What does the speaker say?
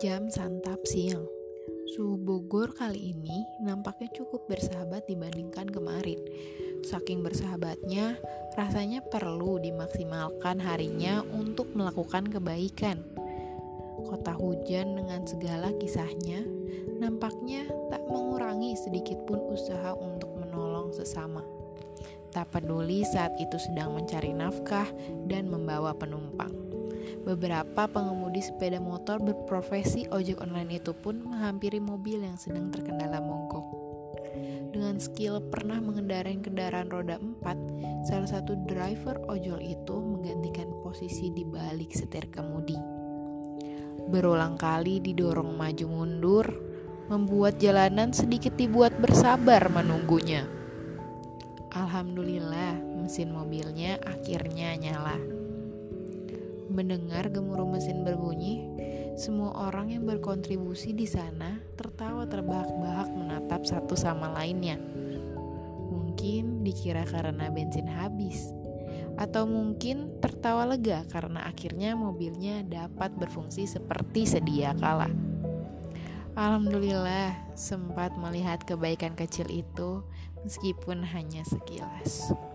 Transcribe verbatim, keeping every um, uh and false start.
Jam santap siang. Suhu Bogor kali ini nampaknya cukup bersahabat dibandingkan kemarin. Saking bersahabatnya, rasanya perlu dimaksimalkan harinya untuk melakukan kebaikan. Kota hujan dengan segala kisahnya, nampaknya tak mengurangi sedikit pun usaha untuk menolong sesama. Tak peduli saat itu sedang mencari nafkah dan membawa penumpang. Beberapa pengemudi sepeda motor berprofesi ojek online itu pun menghampiri mobil yang sedang terkendala mogok. Dengan skill pernah mengendarai kendaraan roda empat, salah satu driver ojol itu menggantikan posisi di balik setir kemudi. Berulang kali didorong maju mundur, membuat jalanan sedikit dibuat bersabar menunggunya. Alhamdulillah, mesin mobilnya akhirnya nyala. Mendengar gemuruh mesin berbunyi, semua orang yang berkontribusi di sana tertawa terbahak-bahak menatap satu sama lainnya. Mungkin dikira karena bensin habis, atau mungkin tertawa lega karena akhirnya mobilnya dapat berfungsi seperti sedia kala. Alhamdulillah sempat melihat kebaikan kecil itu meskipun hanya sekilas.